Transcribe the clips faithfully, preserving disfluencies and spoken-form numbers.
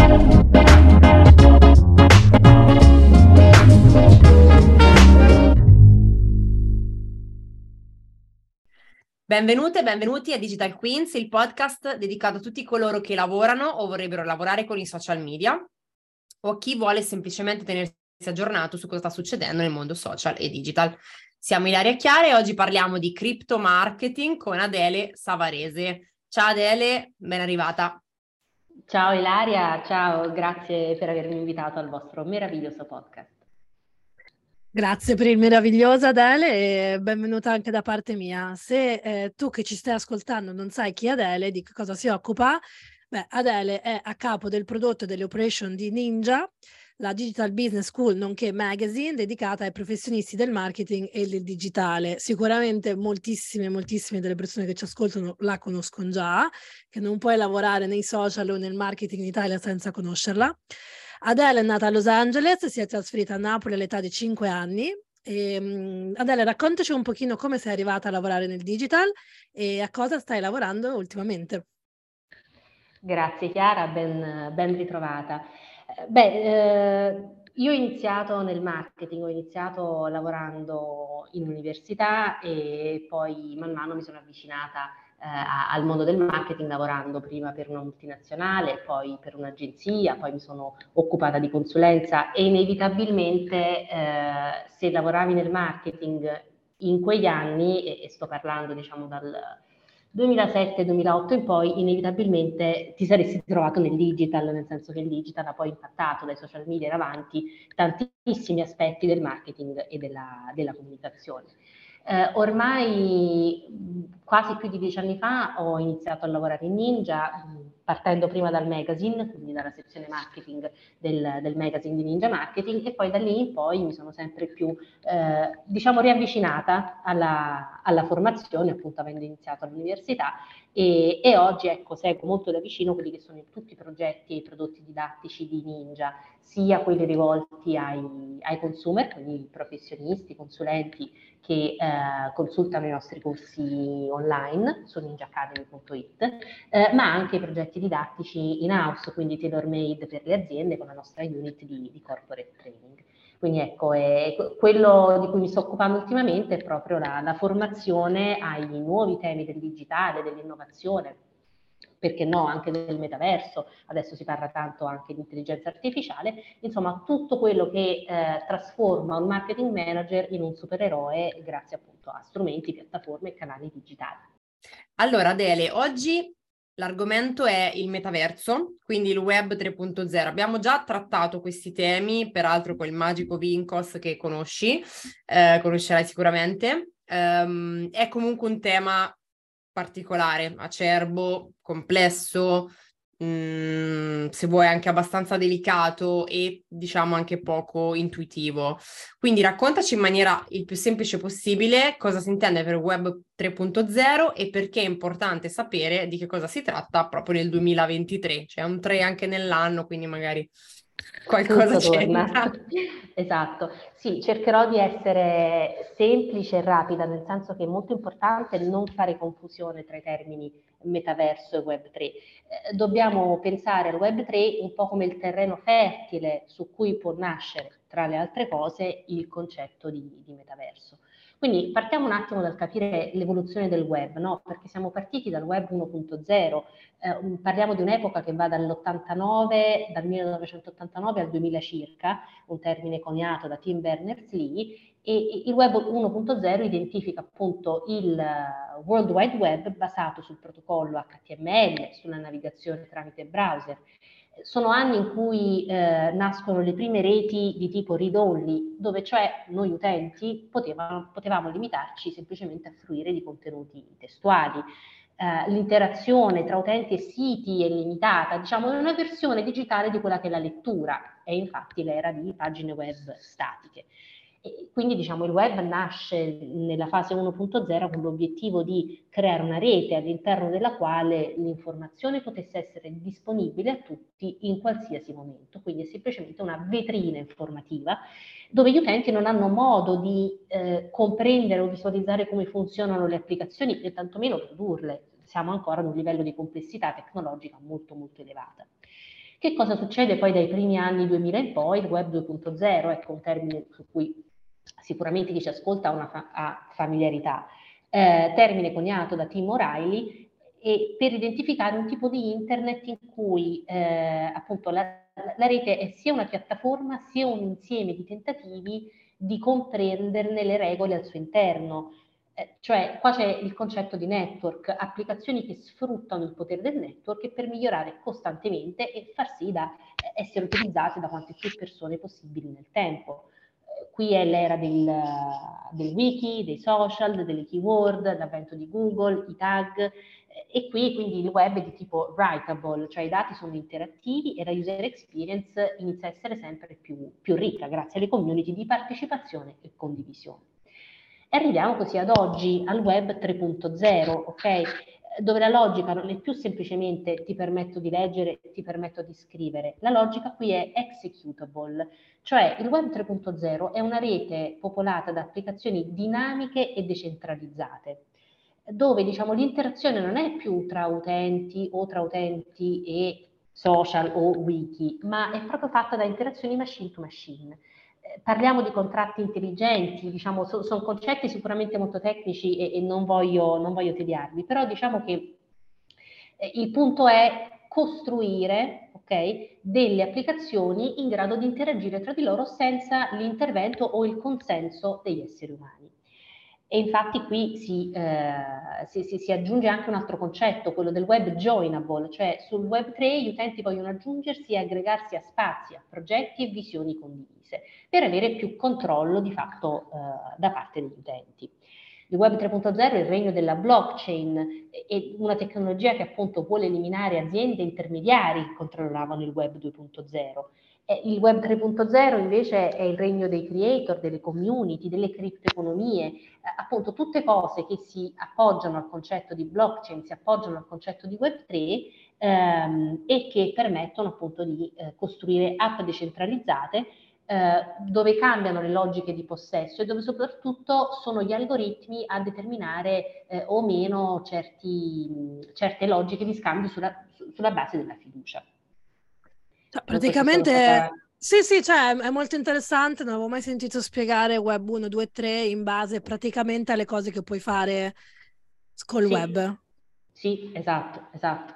Benvenute e benvenuti a Digital Queens, il podcast dedicato a tutti coloro che lavorano o vorrebbero lavorare con i social media o a chi vuole semplicemente tenersi aggiornato su cosa sta succedendo nel mondo social e digital. Siamo Ilaria Chiara e oggi parliamo di crypto marketing con Adele Savarese. Ciao Adele, ben arrivata. Ciao Ilaria, ciao, grazie per avermi invitato al vostro meraviglioso podcast. Grazie per il meraviglioso Adele e benvenuta anche da parte mia. Se eh, tu che ci stai ascoltando non sai chi è Adele, di che cosa si occupa, beh, Adele è a capo del prodotto e delle operation di Ninja, la Digital Business School nonché magazine dedicata ai professionisti del marketing e del digitale. Sicuramente moltissime, moltissime delle persone che ci ascoltano la conoscono già, che non puoi lavorare nei social o nel marketing in Italia senza conoscerla. Adele è nata a Los Angeles, si è trasferita a Napoli all'età di cinque anni. E, um, Adele, raccontaci un pochino come sei arrivata a lavorare nel digital e a cosa stai lavorando ultimamente. Grazie Chiara, ben, ben ritrovata. Beh, eh, io ho iniziato nel marketing, ho iniziato lavorando in università e poi man mano mi sono avvicinata eh, al mondo del marketing lavorando prima per una multinazionale, poi per un'agenzia, poi mi sono occupata di consulenza e inevitabilmente eh, se lavoravi nel marketing in quegli anni, e, e sto parlando diciamo dal duemilasette duemilaotto in poi, inevitabilmente ti saresti trovato nel digital, nel senso che il digital ha poi impattato dai social media in avanti tantissimi aspetti del marketing e della, della comunicazione. Eh, ormai quasi più di dieci anni fa ho iniziato a lavorare in Ninja, partendo prima dal magazine, quindi dalla sezione marketing del, del magazine di Ninja Marketing, e poi da lì in poi mi sono sempre più eh, diciamo riavvicinata alla, alla formazione, appunto avendo iniziato all'università, e, e oggi ecco seguo molto da vicino quelli che sono tutti i progetti e i prodotti didattici di Ninja, sia quelli rivolti ai, ai consumer, quindi professionisti, consulenti che eh, consultano i nostri corsi online su ninja academy punto it, eh, ma anche i progetti didattici in house, quindi tailor made per le aziende con la nostra unit di, di corporate training. Quindi ecco, è, quello di cui mi sto occupando ultimamente è proprio la, la formazione ai nuovi temi del digitale, dell'innovazione, perché no, anche del metaverso, adesso si parla tanto anche di intelligenza artificiale, insomma tutto quello che eh, trasforma un marketing manager in un supereroe grazie appunto a strumenti, piattaforme e canali digitali. Allora Adele, oggi l'argomento è il metaverso, quindi il web tre punto zero. Abbiamo già trattato questi temi, peraltro con il magico Vincos che conosci, eh, conoscerai sicuramente. Um, è comunque un tema particolare, acerbo, complesso, mh, se vuoi anche abbastanza delicato e diciamo anche poco intuitivo. Quindi raccontaci in maniera il più semplice possibile cosa si intende per web tre punto zero e perché è importante sapere di che cosa si tratta proprio nel duemilaventitré, cioè un tre anche nell'anno, quindi magari qualcosa c'entra. Esatto, sì, cercherò di essere semplice e rapida, nel senso che è molto importante non fare confusione tra i termini metaverso e web tre. Eh, dobbiamo pensare al web tre un po' come il terreno fertile su cui può nascere, tra le altre cose, il concetto di, di metaverso. Quindi partiamo un attimo dal capire l'evoluzione del web, no? Perché siamo partiti dal web uno punto zero, eh, parliamo di un'epoca che va dall'ottantanove, dal millenovecentottantanove al duemila circa, un termine coniato da Tim Berners-Lee, e il web uno punto zero identifica appunto il World Wide Web basato sul protocollo H T M L, sulla navigazione tramite browser. Sono anni in cui eh, nascono le prime reti di tipo read-only, dove cioè noi utenti potevamo, potevamo limitarci semplicemente a fruire di contenuti testuali. Eh, l'interazione tra utenti e siti è limitata, diciamo è una versione digitale di quella che è la lettura, è infatti l'era di pagine web statiche. E quindi diciamo il web nasce nella fase uno punto zero con l'obiettivo di creare una rete all'interno della quale l'informazione potesse essere disponibile a tutti in qualsiasi momento, quindi è semplicemente una vetrina informativa dove gli utenti non hanno modo di eh, comprendere o visualizzare come funzionano le applicazioni e tantomeno produrle. Siamo ancora ad un livello di complessità tecnologica molto molto elevata. Che cosa succede poi dai primi anni duemila in poi? Il web due punto zero, ecco un termine su cui sicuramente chi ci ascolta ha una fa- ha familiarità, eh, termine coniato da Tim O'Reilly e per identificare un tipo di internet in cui eh, appunto la, la rete è sia una piattaforma sia un insieme di tentativi di comprenderne le regole al suo interno. Eh, cioè qua c'è il concetto di network, applicazioni che sfruttano il potere del network per migliorare costantemente e far sì da eh, essere utilizzate da quante più persone possibili nel tempo. Eh, qui è l'era del, del wiki, dei social, delle keyword, l'avvento di Google, i tag, eh, e qui quindi il web è di tipo writable, cioè i dati sono interattivi e la user experience inizia a essere sempre più, più ricca grazie alle community di partecipazione e condivisione. E arriviamo così ad oggi, al web tre punto zero, ok? Dove la logica non è più semplicemente ti permetto di leggere, ti permetto di scrivere. La logica qui è executable, cioè il web tre punto zero è una rete popolata da applicazioni dinamiche e decentralizzate, dove diciamo l'interazione non è più tra utenti o tra utenti e social o wiki, ma è proprio fatta da interazioni machine to machine. Parliamo di contratti intelligenti, diciamo, so, sono concetti sicuramente molto tecnici e, e non, voglio, non voglio tediarvi, però diciamo che eh, il punto è costruire, okay, delle applicazioni in grado di interagire tra di loro senza l'intervento o il consenso degli esseri umani. E infatti qui si, eh, si, si, si aggiunge anche un altro concetto, quello del web joinable, cioè sul web tre gli utenti vogliono aggiungersi e aggregarsi a spazi, a progetti e visioni condivise, per avere più controllo di fatto eh, da parte degli utenti. Il web tre punto zero è il regno della blockchain, è una tecnologia che appunto vuole eliminare aziende intermediari che controllavano il web due punto zero. Il web tre punto zero invece è il regno dei creator, delle community, delle criptoeconomie, eh, appunto tutte cose che si appoggiano al concetto di blockchain, si appoggiano al concetto di web tre ehm, e che permettono appunto di eh, costruire app decentralizzate eh, dove cambiano le logiche di possesso e dove soprattutto sono gli algoritmi a determinare eh, o meno certi, certe logiche di scambio sulla, su, sulla base della fiducia. Cioè, praticamente, stata... sì, sì, cioè, è molto interessante, non avevo mai sentito spiegare web uno, due, tre in base praticamente alle cose che puoi fare col sì, web. Sì, esatto, esatto.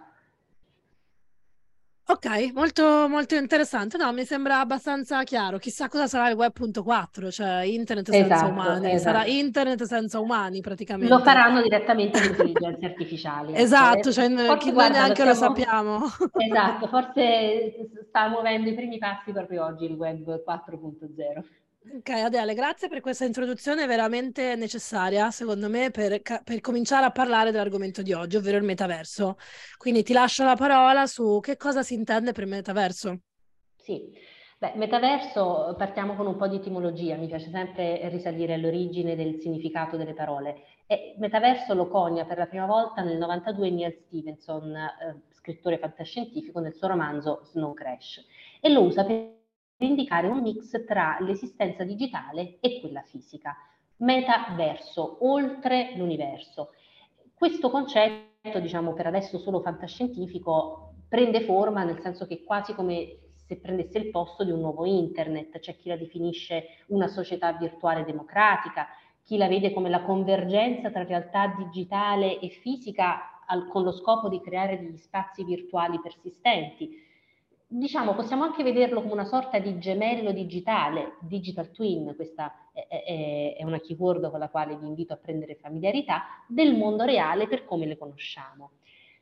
Ok, molto, molto interessante. No, mi sembra abbastanza chiaro. Chissà cosa sarà il web punto quattro, cioè internet senza esatto, umani. esatto. Sarà internet senza umani praticamente. Lo faranno direttamente le intelligenze artificiali. Esatto, ecco. cioè, chi noi neanche lo, stiamo... lo sappiamo. Esatto, forse sta muovendo i primi passi proprio oggi il web quattro punto zero. Ok, Adele, grazie per questa introduzione veramente necessaria, secondo me, per, per cominciare a parlare dell'argomento di oggi, ovvero il metaverso. Quindi ti lascio la parola su che cosa si intende per metaverso. Sì, beh, metaverso, partiamo con un po' di etimologia, mi piace sempre risalire all'origine del significato delle parole. E metaverso lo conia per la prima volta nel novantadue Neal Stephenson, eh, scrittore fantascientifico, nel suo romanzo Snow Crash, e lo usa per indicare un mix tra l'esistenza digitale e quella fisica. Metaverso, oltre l'universo. Questo concetto, diciamo per adesso solo fantascientifico, prende forma nel senso che quasi come se prendesse il posto di un nuovo internet. C'è chi la definisce una società virtuale democratica, chi la vede come la convergenza tra realtà digitale e fisica al, con lo scopo di creare degli spazi virtuali persistenti. Diciamo, possiamo anche vederlo come una sorta di gemello digitale, digital twin, questa è, è, è una keyword con la quale vi invito a prendere familiarità, del mondo reale per come le conosciamo.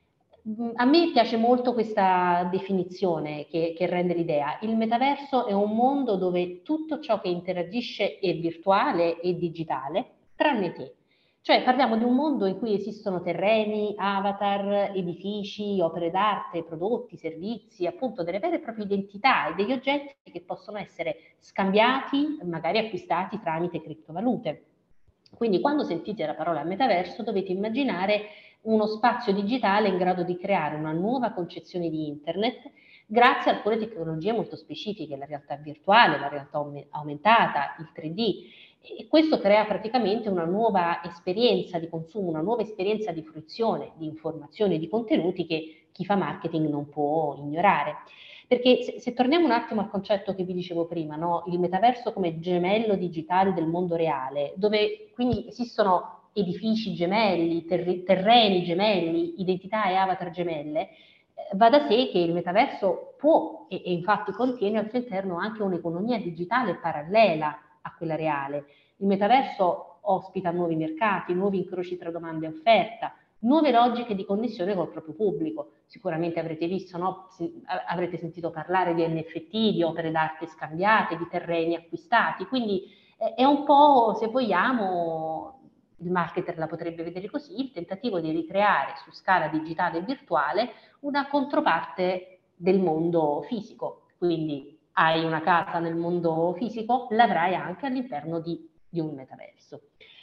A me piace molto questa definizione che, che rende l'idea. Il metaverso è un mondo dove tutto ciò che interagisce è virtuale e digitale, tranne te. Cioè parliamo di un mondo in cui esistono terreni, avatar, edifici, opere d'arte, prodotti, servizi, appunto delle vere e proprie identità e degli oggetti che possono essere scambiati, magari acquistati tramite criptovalute. Quindi quando sentite la parola metaverso dovete immaginare uno spazio digitale in grado di creare una nuova concezione di internet grazie a alcune tecnologie molto specifiche, la realtà virtuale, la realtà aumentata, il tre D. E questo crea praticamente una nuova esperienza di consumo, una nuova esperienza di fruizione di informazioni e di contenuti che chi fa marketing non può ignorare. Perché se, se torniamo un attimo al concetto che vi dicevo prima, no? Il metaverso come gemello digitale del mondo reale, dove quindi esistono edifici gemelli, terri- terreni gemelli, identità e avatar gemelle, eh, va da sé che il metaverso può e, e infatti contiene al suo interno anche un'economia digitale parallela a quella reale. Il metaverso ospita nuovi mercati, nuovi incroci tra domanda e offerta, nuove logiche di connessione col proprio pubblico. Sicuramente avrete visto, no? Avrete sentito parlare di N F T, di opere d'arte scambiate, di terreni acquistati, quindi eh, è un po', se vogliamo, il marketer la potrebbe vedere così, il tentativo di ricreare su scala digitale e virtuale una controparte del mondo fisico. Quindi hai una casa nel mondo fisico, l'avrai anche all'interno di, di un metaverso.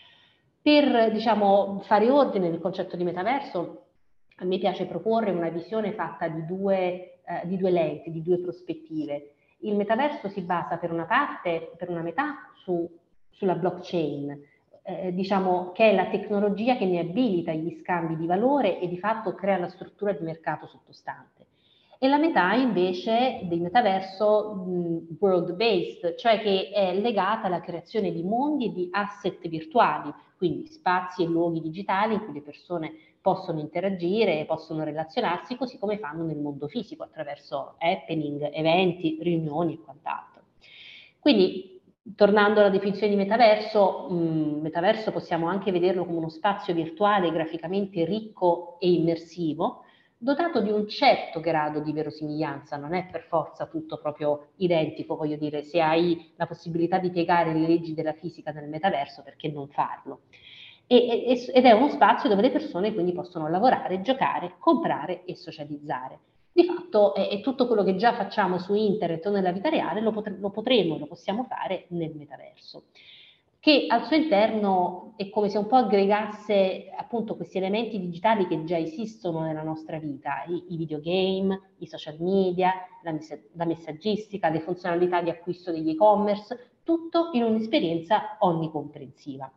Per, diciamo, fare ordine nel concetto di metaverso, a me piace proporre una visione fatta di due, eh, di due lenti, di due prospettive. Il metaverso si basa per una parte, per una metà, su, sulla blockchain, eh, diciamo che è la tecnologia che ne abilita gli scambi di valore e di fatto crea la struttura di mercato sottostante. E la metà invece del metaverso world-based, cioè che è legata alla creazione di mondi e di asset virtuali, quindi spazi e luoghi digitali in cui le persone possono interagire e possono relazionarsi così come fanno nel mondo fisico attraverso happening, eventi, riunioni e quant'altro. Quindi, tornando alla definizione di metaverso, mh, metaverso possiamo anche vederlo come uno spazio virtuale graficamente ricco e immersivo, dotato di un certo grado di verosimiglianza, non è per forza tutto proprio identico, voglio dire, se hai la possibilità di piegare le leggi della fisica nel metaverso, perché non farlo? E, ed è uno spazio dove le persone quindi possono lavorare, giocare, comprare e socializzare. Di fatto è, è tutto quello che già facciamo su internet o nella vita reale, lo, potre, lo potremo, lo possiamo fare nel metaverso, che al suo interno è come se un po' aggregasse appunto questi elementi digitali che già esistono nella nostra vita, i, i videogame, i social media, la, mess- la messaggistica, le funzionalità di acquisto degli e-commerce, tutto in un'esperienza onnicomprensiva.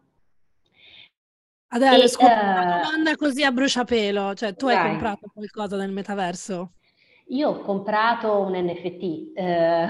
Adele, E, scusa, una uh, domanda così a bruciapelo, cioè tu hai vai. comprato qualcosa nel metaverso? Io ho comprato un N F T eh,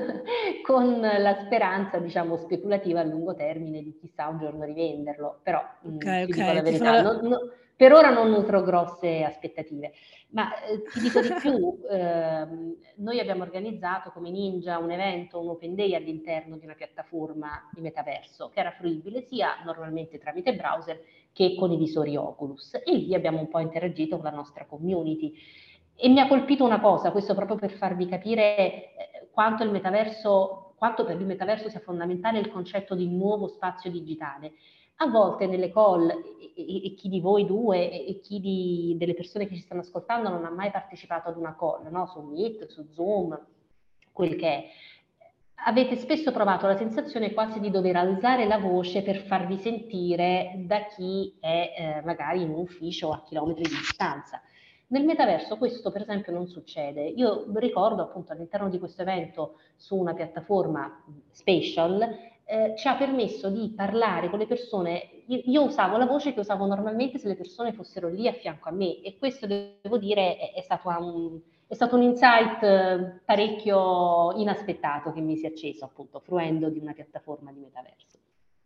con la speranza, diciamo, speculativa a lungo termine di chissà un giorno rivenderlo, però Ok, mh, ti dico ok, la ti verità, farò... non, no, per ora non nutro grosse aspettative, ma eh, ti dico di più, eh, noi abbiamo organizzato come Ninja un evento, un open day all'interno di una piattaforma di metaverso che era fruibile sia normalmente tramite browser che con i visori Oculus e lì abbiamo un po' interagito con la nostra community. E mi ha colpito una cosa, questo proprio per farvi capire eh, quanto il metaverso, quanto per il metaverso sia fondamentale il concetto di nuovo spazio digitale. A volte nelle call, e, e, e chi di voi due e, e chi di, delle persone che ci stanno ascoltando non ha mai partecipato ad una call, no? Su Meet, su Zoom, quel che è, avete spesso provato la sensazione quasi di dover alzare la voce per farvi sentire da chi è eh, magari in un ufficio a chilometri di distanza. Nel metaverso questo per esempio non succede. Io ricordo appunto all'interno di questo evento su una piattaforma spatial eh, ci ha permesso di parlare con le persone. Io, io usavo la voce che usavo normalmente se le persone fossero lì a fianco a me e questo devo dire è, è stato un, è stato un insight eh, parecchio inaspettato che mi si è acceso appunto fruendo di una piattaforma di metaverso.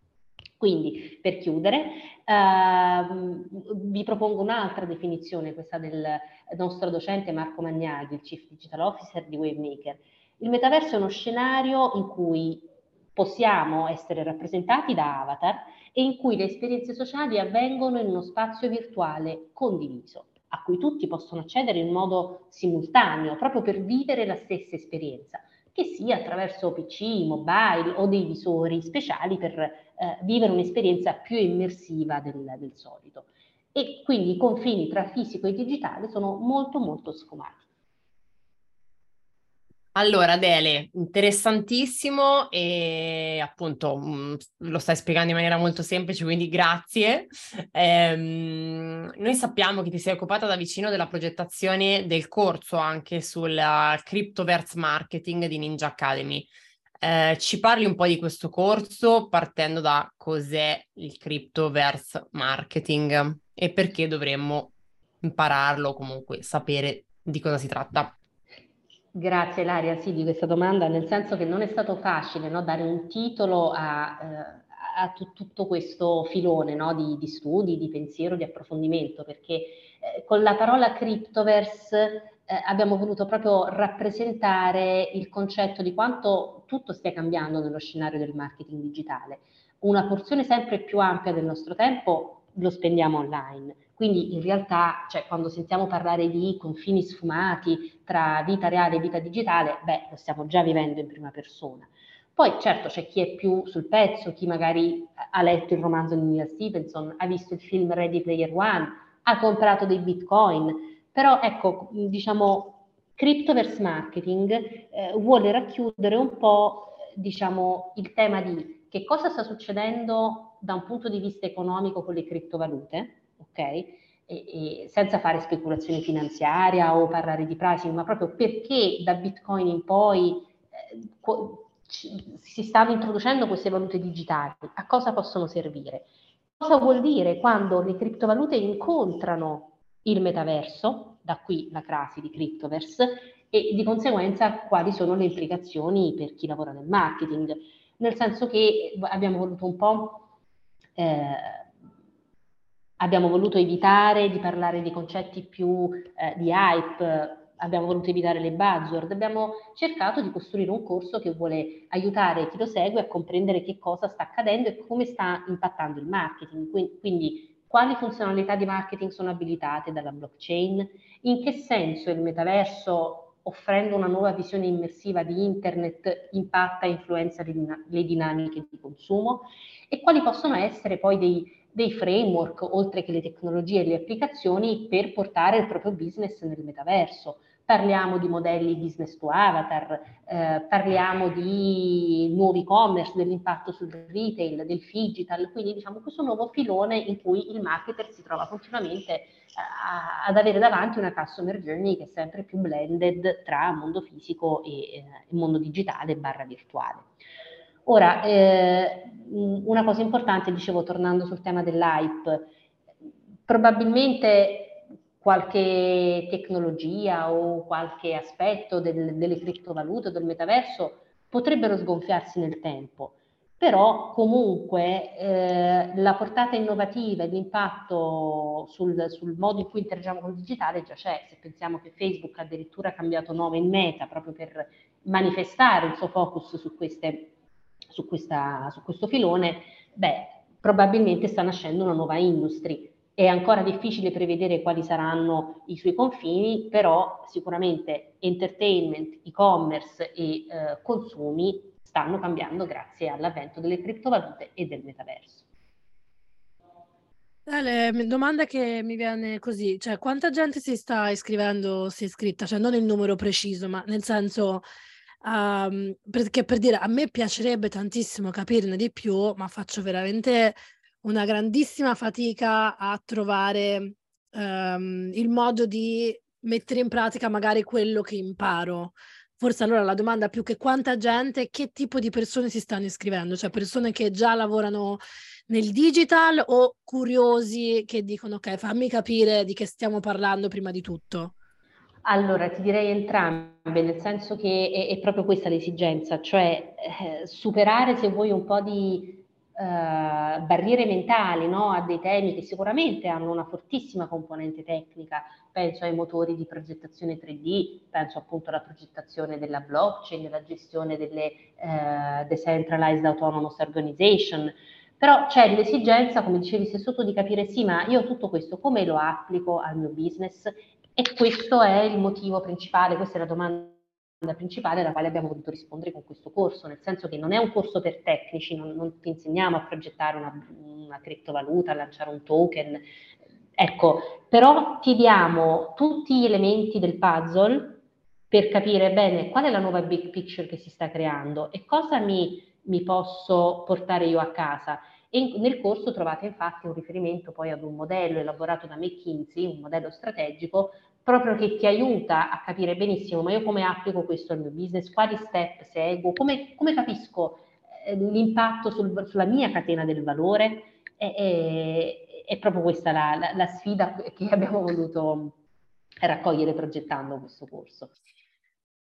Quindi, per chiudere, ehm, vi propongo un'altra definizione, questa del nostro docente Marco Magnaghi, il Chief Digital Officer di Wavemaker. Il metaverso è uno scenario in cui possiamo essere rappresentati da avatar e in cui le esperienze sociali avvengono in uno spazio virtuale condiviso, a cui tutti possono accedere in modo simultaneo, proprio per vivere la stessa esperienza, che sia attraverso P C, mobile o dei visori speciali per eh, vivere un'esperienza più immersiva del, del solito. E quindi i confini tra fisico e digitale sono molto molto sfumati. Allora, Adele, interessantissimo e appunto mh, lo stai spiegando in maniera molto semplice, quindi grazie. Ehm, noi sappiamo che ti sei occupata da vicino della progettazione del corso anche sul uh, Cryptoverse Marketing di Ninja Academy. Eh, ci parli un po' di questo corso partendo da cos'è il Cryptoverse Marketing e perché dovremmo impararlo o comunque sapere di cosa si tratta? Grazie Ilaria, sì, di questa domanda, nel senso che non è stato facile, no, dare un titolo a, eh, a tu- tutto questo filone, no, di, di studi, di pensiero, di approfondimento, perché eh, con la parola Cryptoverse eh, abbiamo voluto proprio rappresentare il concetto di quanto tutto stia cambiando nello scenario del marketing digitale. Una porzione sempre più ampia del nostro tempo lo spendiamo online. Quindi in realtà, cioè, quando sentiamo parlare di confini sfumati tra vita reale e vita digitale, beh, lo stiamo già vivendo in prima persona. Poi certo c'è chi è più sul pezzo, chi magari ha letto il romanzo di Neil Stephenson, ha visto il film Ready Player One, ha comprato dei bitcoin, però ecco, diciamo, Cryptoverse Marketing eh, vuole racchiudere un po', diciamo, il tema di che cosa sta succedendo da un punto di vista economico con le criptovalute, ok? E, e senza fare speculazione finanziaria o parlare di pricing, ma proprio perché da Bitcoin in poi eh, ci, si stanno introducendo queste valute digitali, a cosa possono servire? Cosa vuol dire quando le criptovalute incontrano il metaverso, da qui la crasi di Cryptoverse, e di conseguenza quali sono le implicazioni per chi lavora nel marketing, nel senso che abbiamo voluto un po' eh, abbiamo voluto evitare di parlare di concetti più eh, di hype, abbiamo voluto evitare le buzzword, abbiamo cercato di costruire un corso che vuole aiutare chi lo segue a comprendere che cosa sta accadendo e come sta impattando il marketing. Quindi, quindi quali funzionalità di marketing sono abilitate dalla blockchain, in che senso il metaverso, offrendo una nuova visione immersiva di internet, impatta e influenza le, din- le dinamiche di consumo, e quali possono essere poi dei dei framework, oltre che le tecnologie e le applicazioni, per portare il proprio business nel metaverso. Parliamo di modelli business to avatar, eh, parliamo di nuovi e-commerce, dell'impatto sul retail, del digital, quindi diciamo questo nuovo filone in cui il marketer si trova continuamente eh, a, ad avere davanti una customer journey che è sempre più blended tra mondo fisico e eh, mondo digitale barra virtuale. Ora, eh, una cosa importante, dicevo, tornando sul tema dell'hype, probabilmente qualche tecnologia o qualche aspetto del, delle criptovalute o del metaverso potrebbero sgonfiarsi nel tempo, però comunque eh, la portata innovativa e l'impatto sul, sul modo in cui interagiamo con il digitale già c'è. Se pensiamo che Facebook ha addirittura cambiato nome in Meta proprio per manifestare il suo focus su queste su, questa, su questo filone, beh, probabilmente sta nascendo una nuova industria. È ancora difficile prevedere quali saranno i suoi confini, però sicuramente entertainment, e-commerce e eh, consumi stanno cambiando grazie all'avvento delle criptovalute e del metaverso. La domanda che mi viene così, cioè quanta gente si sta iscrivendo, si è iscritta, cioè non il numero preciso, ma nel senso, um, perché per dire, a me piacerebbe tantissimo capirne di più, ma faccio veramente una grandissima fatica a trovare um, il modo di mettere in pratica magari quello che imparo. Forse allora la domanda più che quanta gente, che tipo di persone si stanno iscrivendo, cioè persone che già lavorano nel digital o curiosi che dicono ok, fammi capire di che stiamo parlando prima di tutto? Allora, ti direi entrambe, nel senso che è, è proprio questa l'esigenza, cioè eh, superare, se vuoi, un po' di eh, barriere mentali, no? A dei temi che sicuramente hanno una fortissima componente tecnica. Penso ai motori di progettazione tre D, penso appunto alla progettazione della blockchain, alla gestione delle eh, decentralized autonomous organization. Però c'è l'esigenza, come dicevi stesso tu, di capire sì, ma io tutto questo come lo applico al mio business? E questo è il motivo principale, questa è la domanda principale alla quale abbiamo voluto rispondere con questo corso, nel senso che non è un corso per tecnici, non, non ti insegniamo a progettare una, una criptovaluta, a lanciare un token, ecco, però ti diamo tutti gli elementi del puzzle per capire bene qual è la nuova big picture che si sta creando e cosa mi, mi posso portare io a casa. E in, nel corso trovate infatti un riferimento poi ad un modello elaborato da McKinsey, un modello strategico, proprio che ti aiuta a capire benissimo, ma io come applico questo al mio business, quali step seguo, come, come capisco eh, l'impatto sul, sulla mia catena del valore. È, è, è proprio questa la, la, la sfida che abbiamo voluto raccogliere progettando questo corso.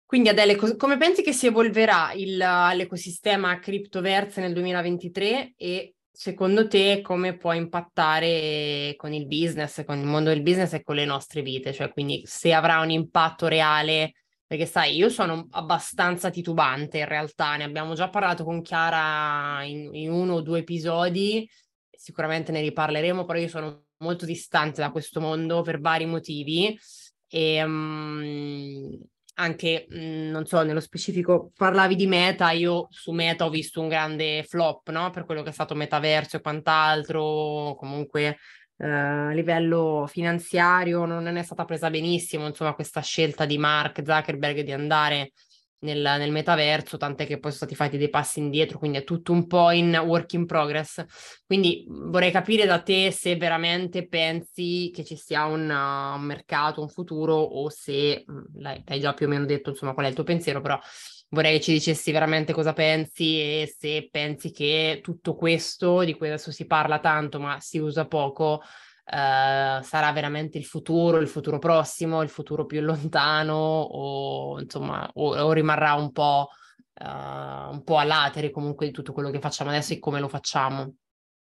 Quindi Adele, co- come pensi che si evolverà il- l'ecosistema criptoverse nel duemilaventitré e secondo te come può impattare con il business, con il mondo del business e con le nostre vite? Cioè, quindi se avrà un impatto reale, perché sai, io sono abbastanza titubante in realtà, ne abbiamo già parlato con Chiara in, in uno o due episodi, sicuramente ne riparleremo, però io sono molto distante da questo mondo per vari motivi. E um, anche, mh, non so, nello specifico parlavi di Meta, io su Meta ho visto un grande flop, no? Per quello che è stato metaverso e quant'altro, comunque eh, a livello finanziario non è stata presa benissimo, insomma, questa scelta di Mark Zuckerberg di andare nel, nel metaverso, tant'è che poi sono stati fatti dei passi indietro, quindi è tutto un po' in work in progress. Quindi vorrei capire da te se veramente pensi che ci sia un, uh, un mercato, un futuro, o se, mh, l'hai, l'hai già più o meno detto, insomma, qual è il tuo pensiero, però vorrei che ci dicessi veramente cosa pensi e se pensi che tutto questo, di cui adesso si parla tanto ma si usa poco, Uh, sarà veramente il futuro, il futuro prossimo, il futuro più lontano, o insomma, o, o rimarrà un po', uh, un po' a latere comunque di tutto quello che facciamo adesso e come lo facciamo.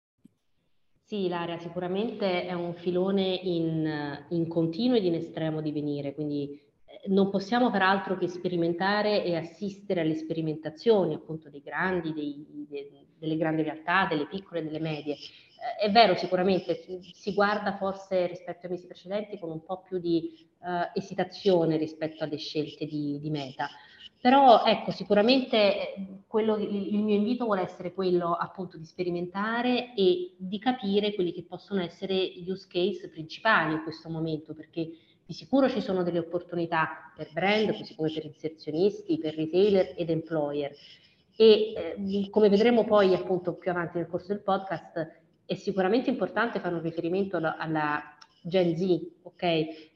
Sì, Ilaria, sicuramente è un filone in, in continuo ed in estremo divenire, quindi eh, non possiamo peraltro che sperimentare e assistere alle sperimentazioni appunto dei grandi, dei, de, delle grandi realtà, delle piccole e delle medie. Eh, è vero, sicuramente si guarda forse rispetto ai mesi precedenti con un po' più di eh, esitazione rispetto alle scelte di, di Meta. Però ecco, sicuramente quello, il mio invito vuole essere quello appunto di sperimentare e di capire quelli che possono essere gli use case principali in questo momento, perché di sicuro ci sono delle opportunità per brand, così come per inserzionisti, per retailer ed employer. E eh, come vedremo poi appunto più avanti nel corso del podcast, è sicuramente importante fare un riferimento alla, alla Gen Z, ok?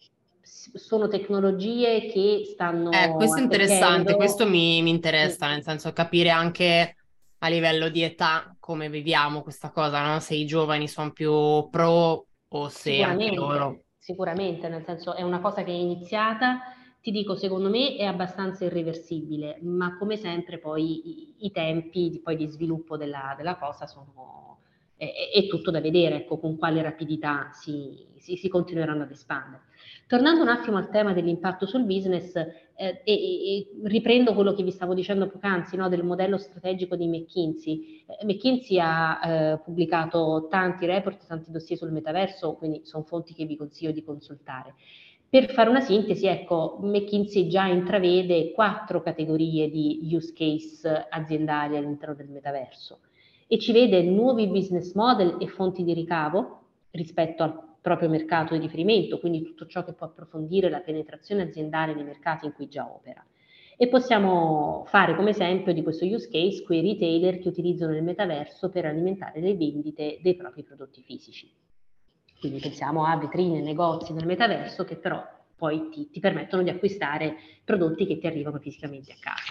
Sono tecnologie che Eh, stanno questo è interessante, questo attecchendo. mi, mi interessa, nel senso capire anche a livello di età come viviamo questa cosa, no? Se i giovani sono più pro o se anche loro. Sicuramente, sicuramente, nel senso è una cosa che è iniziata, ti dico, secondo me è abbastanza irreversibile, ma come sempre poi i, i tempi di, poi di sviluppo della, della cosa sono, è, è tutto da vedere, ecco, con quale rapidità si, si, si continueranno ad espandere. Tornando un attimo al tema dell'impatto sul business, eh, e, e riprendo quello che vi stavo dicendo poc'anzi, no, del modello strategico di McKinsey. Eh, McKinsey ha eh, pubblicato tanti report, tanti dossier sul metaverso, quindi sono fonti che vi consiglio di consultare. Per fare una sintesi, ecco, McKinsey già intravede quattro categorie di use case aziendali all'interno del metaverso e ci vede nuovi business model e fonti di ricavo rispetto al proprio mercato di riferimento, quindi tutto ciò che può approfondire la penetrazione aziendale nei mercati in cui già opera. E possiamo fare come esempio di questo use case quei retailer che utilizzano il metaverso per alimentare le vendite dei propri prodotti fisici. Quindi pensiamo a vetrine, negozi nel metaverso che però poi ti, ti permettono di acquistare prodotti che ti arrivano fisicamente a casa.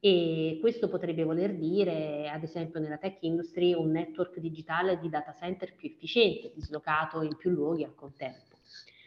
E questo potrebbe voler dire, ad esempio nella tech industry, un network digitale di data center più efficiente, dislocato in più luoghi al contempo.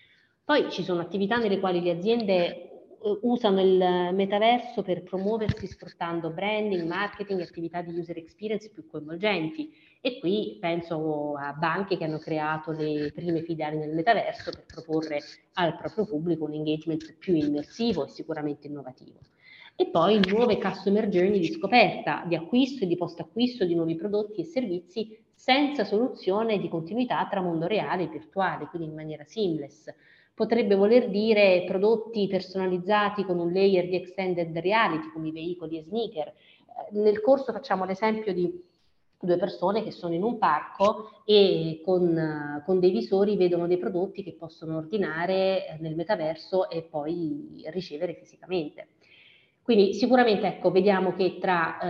Poi ci sono attività nelle quali le aziende usano il metaverso per promuoversi sfruttando branding, marketing, attività di user experience più coinvolgenti. E qui penso a banche che hanno creato le prime filiali nel metaverso per proporre al proprio pubblico un engagement più immersivo e sicuramente innovativo. E poi nuove customer journey di scoperta, di acquisto e di post-acquisto di nuovi prodotti e servizi senza soluzione di continuità tra mondo reale e virtuale, quindi in maniera seamless. Potrebbe voler dire prodotti personalizzati con un layer di extended reality come i veicoli e sneaker. Nel corso facciamo l'esempio di due persone che sono in un parco e con, con dei visori vedono dei prodotti che possono ordinare nel metaverso e poi ricevere fisicamente. Quindi sicuramente ecco, vediamo che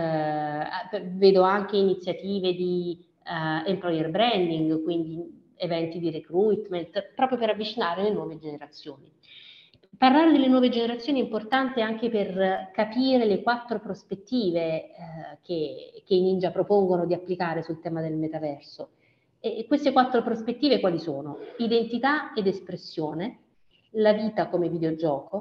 tra, eh, vedo anche iniziative di eh, employer branding, quindi eventi di recruitment, proprio per avvicinare le nuove generazioni. Parlare delle nuove generazioni è importante anche per capire le quattro prospettive eh, che, che i ninja propongono di applicare sul tema del metaverso. E queste quattro prospettive quali sono? Identità ed espressione, la vita come videogioco,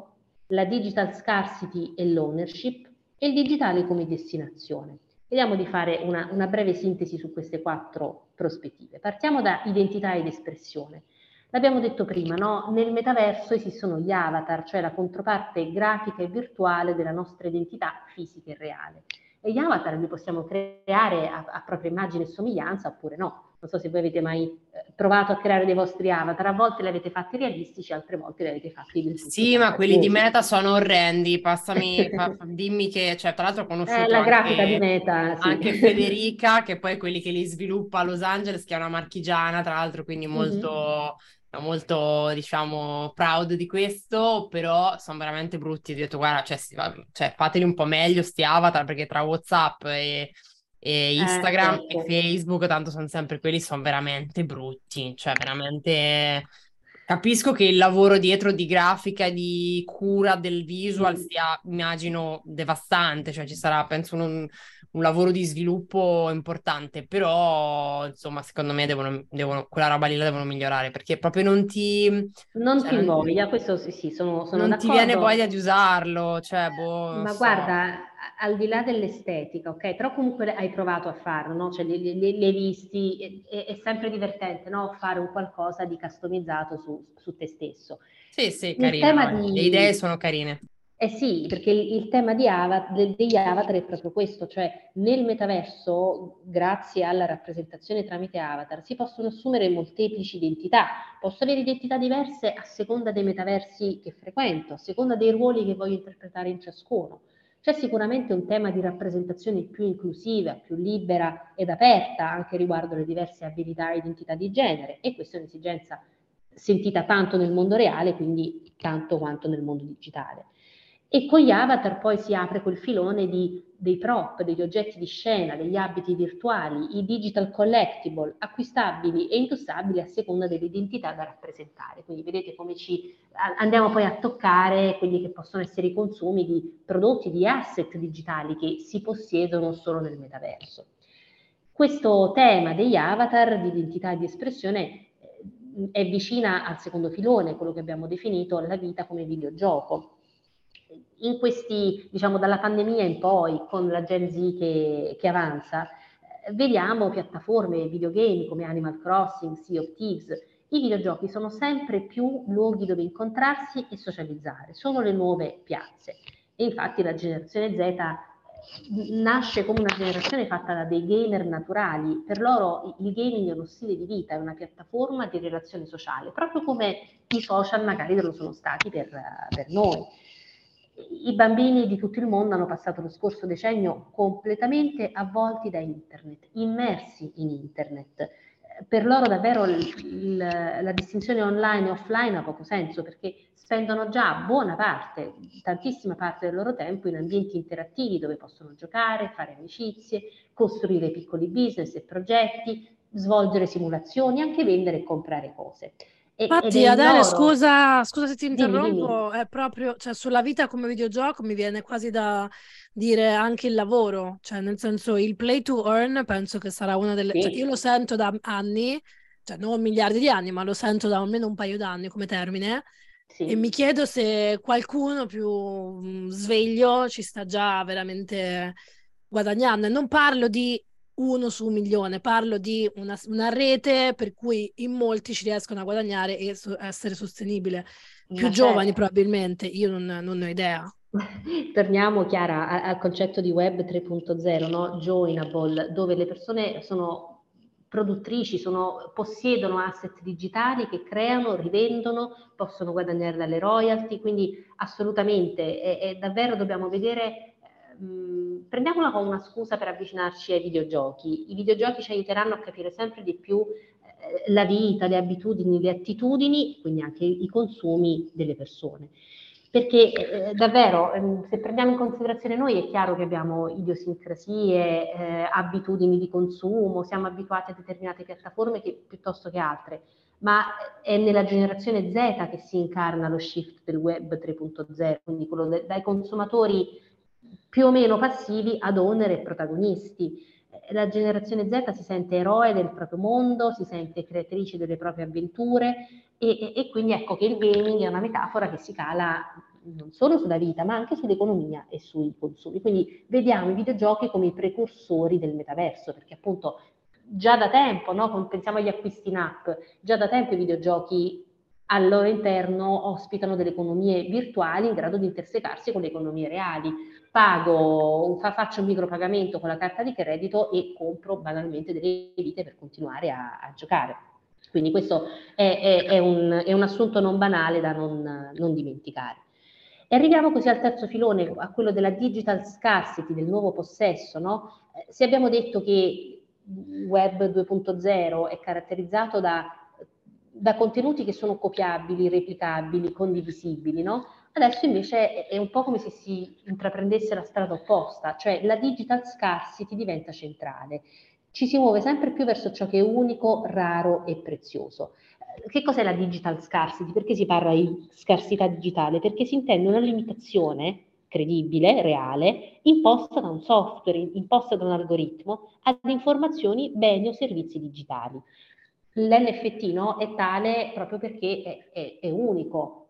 la digital scarcity e l'ownership e il digitale come destinazione. Vediamo di fare una, una breve sintesi su queste quattro prospettive. Partiamo da identità ed espressione. L'abbiamo detto prima, no? Nel metaverso esistono gli avatar, cioè la controparte grafica e virtuale della nostra identità fisica e reale. E gli avatar li possiamo creare a, a propria immagine e somiglianza oppure no. Non so se voi avete mai eh, provato a creare dei vostri avatar, a volte li avete fatti realistici, altre volte li avete fatti del tutto Sì, ma quelli di fantasiosi. Meta sono orrendi, passami, fa- fa- dimmi che, cioè, tra l'altro ho Eh, conosciuto la grafica di anche, Meta, sì. anche Federica, che poi è quelli che li sviluppa a Los Angeles, che è una marchigiana, tra l'altro, quindi Mhm. molto, molto, diciamo, proud di questo, però sono veramente brutti. Ho detto, guarda, cioè, sì, va- cioè, fateli un po' meglio sti avatar, perché tra WhatsApp e, e Eh, Instagram e certo. Facebook, tanto sono sempre quelli, sono veramente brutti, cioè, veramente... Capisco che il lavoro dietro di grafica e di cura del visual Mm. sia, immagino, devastante, cioè ci sarà, penso, un, un lavoro di sviluppo importante, però, insomma, secondo me devono, devono, quella roba lì la devono migliorare, perché proprio non ti, Non cioè, ti non, invoglia, questo sì, sì, sono, sono non ti viene d'accordo. voglia di usarlo, cioè, boh, non Ma so. guarda, a- al di là dell'estetica, ok? Però comunque hai provato a farlo, no? Cioè li, li- li hai visti, è, è sempre divertente, no? Fare un qualcosa di customizzato su, su te stesso. Sì, sì, Il carina, tema no? Le idee di... sono carine. Eh sì, perché il, il tema di Ava- de- degli avatar è proprio questo, cioè nel metaverso, grazie alla rappresentazione tramite avatar, si possono assumere molteplici identità. Posso avere identità diverse a seconda dei metaversi che frequento, a seconda dei ruoli che voglio interpretare in ciascuno. C'è sicuramente un tema di rappresentazione più inclusiva, più libera ed aperta anche riguardo le diverse abilità e identità di genere, e questa è un'esigenza sentita tanto nel mondo reale, quindi tanto quanto nel mondo digitale. E con gli avatar poi si apre quel filone di, dei prop, degli oggetti di scena, degli abiti virtuali, i digital collectible, acquistabili e indossabili a seconda dell'identità da rappresentare. Quindi vedete come ci andiamo poi a toccare quelli che possono essere i consumi di prodotti, di asset digitali che si possiedono solo nel metaverso. Questo tema degli avatar, di identità e di espressione, è vicina al secondo filone, quello che abbiamo definito la vita come videogioco. In questi, diciamo, dalla pandemia in poi, con la Gen Z che, che avanza, eh, vediamo piattaforme, videogame come Animal Crossing, Sea of Thieves. I videogiochi sono sempre più luoghi dove incontrarsi e socializzare, sono le nuove piazze. E infatti la generazione Z nasce come una generazione fatta da dei gamer naturali. Per loro il gaming è uno stile di vita, è una piattaforma di relazione sociale, proprio come i social magari lo sono stati per, per noi. I bambini di tutto il mondo hanno passato lo scorso decennio completamente avvolti da internet, immersi in internet. Per loro davvero il, il, la distinzione online e offline ha poco senso, perché spendono già buona parte, tantissima parte del loro tempo in ambienti interattivi dove possono giocare, fare amicizie, costruire piccoli business e progetti, svolgere simulazioni, anche vendere e comprare cose. E, ed è Infatti, il Adele, loro... scusa, scusa se ti Dimmi, dimmi. interrompo, è proprio, cioè, sulla vita come videogioco mi viene quasi da dire anche il lavoro, cioè, nel senso, il play to earn penso che sarà una delle, cioè, io Sì, lo sento da anni, cioè, non miliardi di anni, ma lo sento da almeno un paio d'anni come termine, e mi sì. chiedo se qualcuno più mh, sveglio ci sta già veramente guadagnando. E non parlo di uno su un milione, parlo di una, una rete per cui in molti ci riescono a guadagnare e so- essere sostenibile. Più Ma giovani certo. probabilmente, io non, non ne ho idea. Torniamo, Chiara, a- al concetto di web tre punto zero, no? Joinable, dove le persone sono produttrici, sono, possiedono asset digitali che creano, rivendono, possono guadagnare dalle royalty, quindi assolutamente, è, è davvero dobbiamo vedere, ehm, prendiamola come una scusa per avvicinarci ai videogiochi. I videogiochi ci aiuteranno a capire sempre di più eh, la vita, le abitudini, le attitudini, quindi anche i consumi delle persone. Perché eh, davvero, ehm, se prendiamo in considerazione noi, è chiaro che abbiamo idiosincrasie, eh, abitudini di consumo, siamo abituati a determinate piattaforme che, piuttosto che altre, ma è nella generazione Z che si incarna lo shift del web tre punto zero, quindi quello de- dai consumatori più o meno passivi ad owner e protagonisti. La generazione Z si sente eroe del proprio mondo, si sente creatrice delle proprie avventure, e, e, e quindi ecco che il gaming è una metafora che si cala non solo sulla vita, ma anche sull'economia e sui consumi. Quindi vediamo i videogiochi come i precursori del metaverso, perché appunto già da tempo, no? Pensiamo agli acquisti in app, già da tempo i videogiochi al loro interno ospitano delle economie virtuali in grado di intersecarsi con le economie reali. Pago, fa, faccio un micropagamento con la carta di credito e compro banalmente delle vite per continuare a, a giocare. Quindi questo è, è, è, un, è un assunto non banale da non, non dimenticare. E arriviamo così al terzo filone, a quello della digital scarcity, del nuovo possesso, no? Eh, se abbiamo detto che Web due punto zero è caratterizzato da, da contenuti che sono copiabili, replicabili, condivisibili, no? Adesso invece è un po' come se si intraprendesse la strada opposta, cioè la digital scarcity diventa centrale. Ci si muove sempre più verso ciò che è unico, raro e prezioso. Che cos'è la digital scarcity? Perché si parla di scarsità digitale? Perché si intende una limitazione credibile, reale, imposta da un software, imposta da un algoritmo ad informazioni, beni o servizi digitali. L'N F T, no, è tale proprio perché è, è, è unico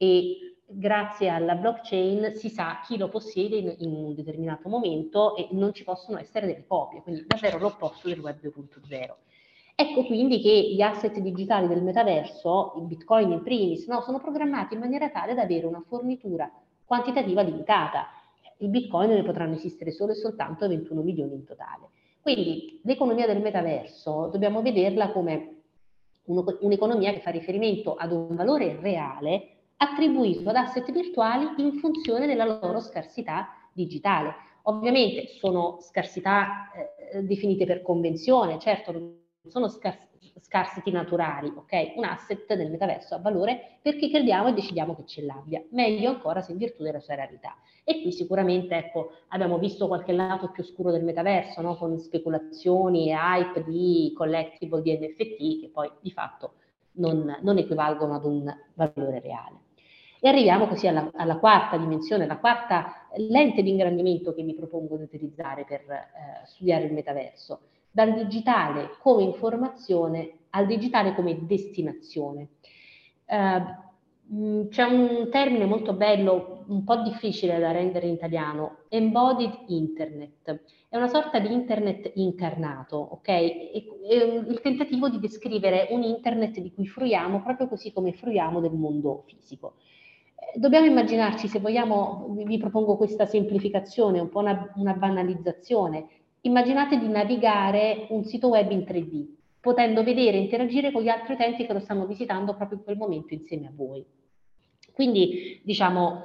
e grazie alla blockchain si sa chi lo possiede in, in un determinato momento e non ci possono essere delle copie, quindi davvero l'opposto del Web due punto zero. Ecco quindi che gli asset digitali del metaverso, il Bitcoin in primis, no, sono programmati in maniera tale da avere una fornitura quantitativa limitata. I Bitcoin ne potranno esistere solo e soltanto ventuno milioni in totale. Quindi l'economia del metaverso dobbiamo vederla come un'economia che fa riferimento ad un valore reale attribuito ad asset virtuali in funzione della loro scarsità digitale. Ovviamente sono scarsità eh, definite per convenzione, certo non sono scars- scarsity naturali, ok? Un asset del metaverso ha valore perché crediamo e decidiamo che ce l'abbia, meglio ancora se in virtù della sua rarità. E qui sicuramente, ecco, abbiamo visto qualche lato più oscuro del metaverso, no? Con speculazioni e hype di collectible di N F T che poi di fatto non, non equivalgono ad un valore reale. E arriviamo così alla, alla quarta dimensione, la quarta lente di ingrandimento che mi propongo di utilizzare per eh, studiare il metaverso, dal digitale come informazione al digitale come destinazione. Eh, c'è un termine molto bello, un po' difficile da rendere in italiano, embodied internet. È una sorta di internet incarnato, ok? È, è il tentativo di descrivere un internet di cui fruiamo proprio così come fruiamo del mondo fisico. Dobbiamo immaginarci, se vogliamo, vi propongo questa semplificazione, un po' una, una banalizzazione. Immaginate di navigare un sito web in tre D, potendo vedere e interagire con gli altri utenti che lo stanno visitando proprio in quel momento insieme a voi. Quindi, diciamo,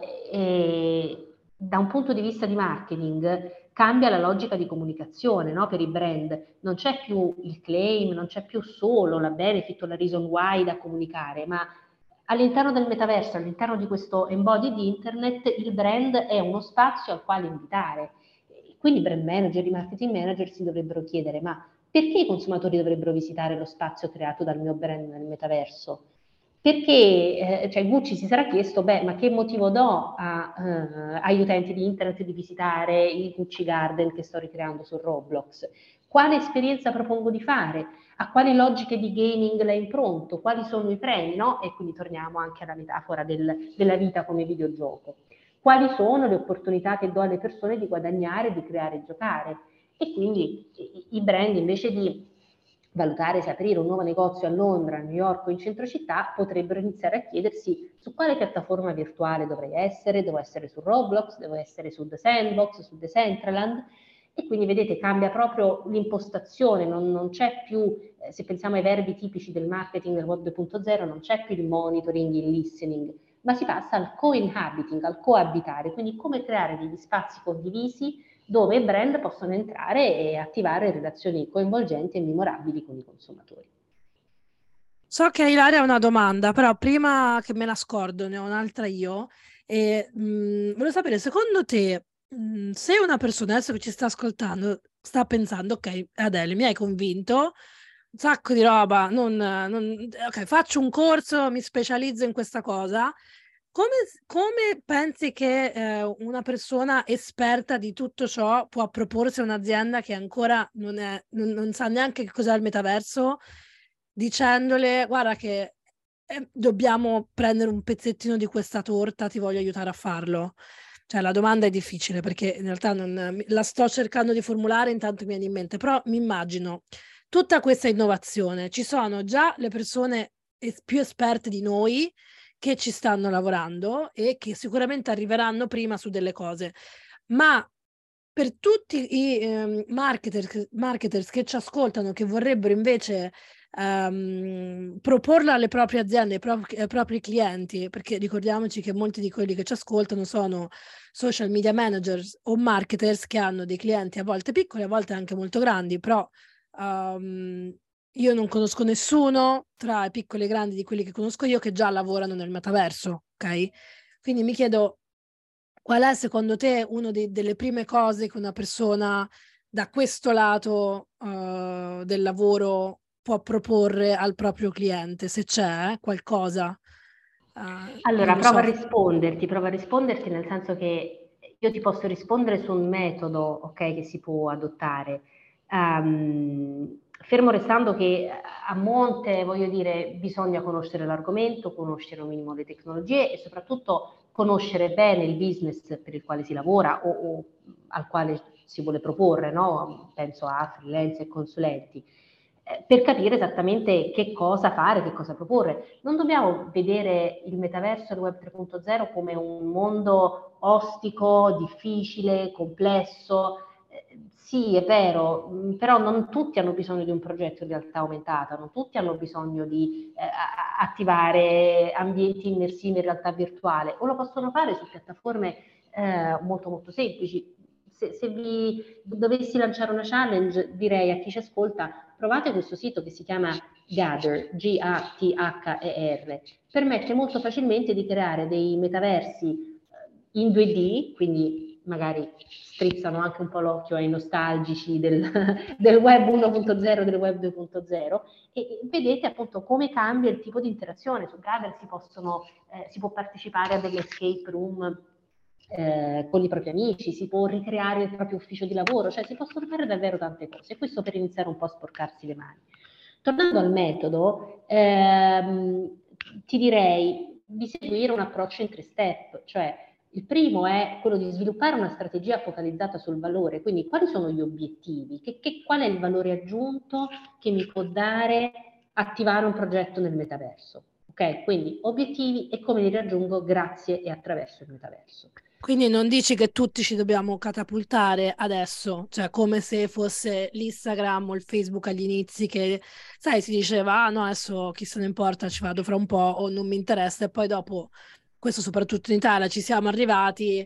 eh, da un punto di vista di marketing cambia la logica di comunicazione, no? Per i brand. Non c'è più il claim, non c'è più solo la benefit o la reason why da comunicare, ma all'interno del metaverso, all'interno di questo embodied internet, il brand è uno spazio al quale invitare. Quindi i brand manager, i marketing manager si dovrebbero chiedere: ma perché i consumatori dovrebbero visitare lo spazio creato dal mio brand nel metaverso? Perché eh, cioè Gucci si sarà chiesto: beh, ma che motivo do a, eh, agli utenti di internet di visitare il Gucci Garden che sto ricreando su Roblox? Quale esperienza propongo di fare? A quali logiche di gaming la impronto? Quali sono i premi? No? E quindi torniamo anche alla metafora del, della vita come videogioco. Quali sono le opportunità che do alle persone di guadagnare, di creare e giocare? E quindi i brand, invece di valutare se aprire un nuovo negozio a Londra, a New York o in centro città, potrebbero iniziare a chiedersi su quale piattaforma virtuale dovrei essere. Devo essere su Roblox, devo essere su The Sandbox, su Decentraland. E quindi vedete, cambia proprio l'impostazione, non, non c'è più, eh, se pensiamo ai verbi tipici del marketing del Web due punto zero, non c'è più il monitoring, il listening, ma si passa al co-inhabiting, al coabitare, quindi come creare degli spazi condivisi dove i brand possono entrare e attivare relazioni coinvolgenti e memorabili con i consumatori. So che Ilaria ha una domanda, però prima che me la scordo ne ho un'altra io. E, mh, volevo sapere, secondo te, mh, se una persona adesso che ci sta ascoltando sta pensando: ok, Adele, mi hai convinto, un sacco di roba, non, non, ok, faccio un corso, mi specializzo in questa cosa. Come, come pensi che eh, una persona esperta di tutto ciò può proporsi a un'azienda che ancora non, è, non, non sa neanche che cos'è il metaverso, dicendole: guarda che eh, dobbiamo prendere un pezzettino di questa torta, ti voglio aiutare a farlo. Cioè la domanda è difficile perché in realtà non, la sto cercando di formulare, intanto mi viene in mente, però mi immagino tutta questa innovazione, ci sono già le persone es- più esperte di noi che ci stanno lavorando e che sicuramente arriveranno prima su delle cose, ma per tutti i ehm, marketers, marketers che ci ascoltano, che vorrebbero invece ehm, proporla alle proprie aziende, ai propri, ai propri clienti, perché ricordiamoci che molti di quelli che ci ascoltano sono social media managers o marketers che hanno dei clienti a volte piccoli, a volte anche molto grandi, però um, io non conosco nessuno tra i piccoli e grandi di quelli che conosco io che già lavorano nel metaverso, ok? Quindi mi chiedo qual è secondo te una delle prime cose che una persona da questo lato uh, del lavoro può proporre al proprio cliente, se c'è eh, qualcosa? Uh, Allora, non lo prova a so. risponderti, prova a risponderti nel senso che io ti posso rispondere su un metodo, ok, che si può adottare. Um, fermo restando che a monte, voglio dire, bisogna conoscere l'argomento, conoscere un minimo le tecnologie e soprattutto conoscere bene il business per il quale si lavora o, o al quale si vuole proporre, no? Penso a freelance e consulenti, eh, per capire esattamente che cosa fare, che cosa proporre. Non dobbiamo vedere il metaverso e il web tre punto zero come un mondo ostico, difficile, complesso. Sì, è vero, però non tutti hanno bisogno di un progetto di realtà aumentata, non tutti hanno bisogno di eh, attivare ambienti immersivi in realtà virtuale, o lo possono fare su piattaforme eh, molto molto semplici. Se, se vi dovessi lanciare una challenge, direi a chi ci ascolta, provate questo sito che si chiama Gather, G A T H E R, permette molto facilmente di creare dei metaversi in due D, quindi magari strizzano anche un po' l'occhio ai nostalgici del, del web uno punto zero, del web due punto zero, e vedete appunto come cambia il tipo di interazione. Su Gather si, possono, eh, si può partecipare a delle escape room eh, con i propri amici, si può ricreare il proprio ufficio di lavoro, cioè si possono fare davvero tante cose, e questo per iniziare un po' a sporcarsi le mani. Tornando al metodo, ehm, ti direi di seguire un approccio in tre step, cioè il primo è quello di sviluppare una strategia focalizzata sul valore, quindi quali sono gli obiettivi, che, che, qual è il valore aggiunto che mi può dare attivare un progetto nel metaverso. Ok, quindi obiettivi e come li raggiungo grazie e attraverso il metaverso. Quindi non dici che tutti ci dobbiamo catapultare adesso, cioè come se fosse l'Instagram o il Facebook agli inizi che, sai, si diceva, ah no, adesso chi se ne importa, ci vado fra un po' o non mi interessa e poi dopo, questo soprattutto in Italia, ci siamo arrivati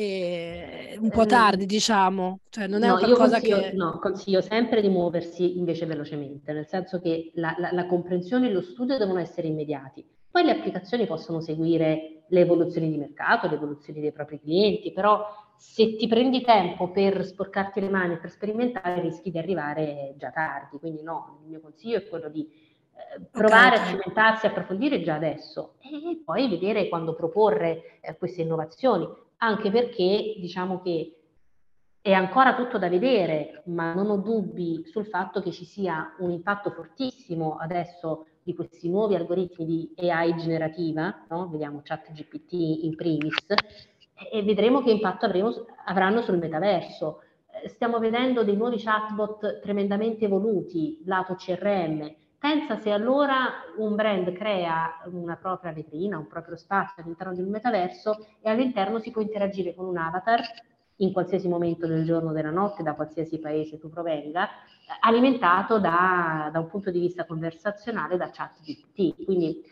e un po' tardi, diciamo, cioè non è un No, io qualcosa consiglio, che... no, consiglio sempre di muoversi invece velocemente, nel senso che la, la, la comprensione e lo studio devono essere immediati. Poi le applicazioni possono seguire le evoluzioni di mercato, le evoluzioni dei propri clienti, però se ti prendi tempo per sporcarti le mani e per sperimentare rischi di arrivare già tardi. Quindi no, il mio consiglio è quello di eh, Okay, provare a okay. cimentarsi, approfondire già adesso e poi vedere quando proporre eh, queste innovazioni, anche perché diciamo che è ancora tutto da vedere, ma non ho dubbi sul fatto che ci sia un impatto fortissimo adesso di questi nuovi algoritmi di A I generativa, no? Vediamo ChatGPT in primis, e vedremo che impatto avremo, avranno sul metaverso. Stiamo vedendo dei nuovi chatbot tremendamente evoluti, lato C R M. Pensa se allora un brand crea una propria vetrina, un proprio spazio all'interno di un metaverso e all'interno si può interagire con un avatar in qualsiasi momento del giorno o della notte, da qualsiasi paese tu provenga, alimentato da, da un punto di vista conversazionale da ChatGPT. Quindi,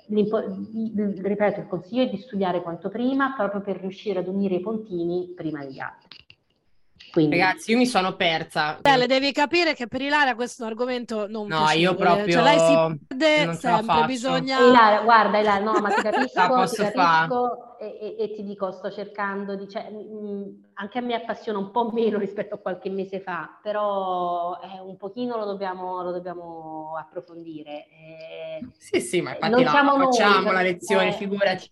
ripeto, il consiglio è di studiare quanto prima, proprio per riuscire ad unire i puntini prima degli altri. Quindi, Ragazzi, io mi sono persa. Beh, devi capire che per Ilaria questo è un argomento non No, io piacevole, proprio cioè lei si perde non ce la sempre, faccio. bisogna... Ilaria, guarda Ilaria, no, ma ti La capisco, ti posso fare. capisco e, e, e ti dico, sto cercando di, cioè, mh, anche a me appassiona un po' meno rispetto a qualche mese fa, però eh, un pochino lo dobbiamo, lo dobbiamo approfondire. Eh, Sì, sì, ma eh, infatti non la siamo noi, facciamo per, la lezione, eh, figurati.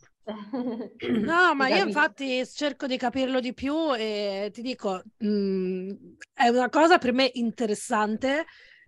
No, ti ma io capisco. infatti cerco di capirlo di più e ti dico, mh, è una cosa per me interessante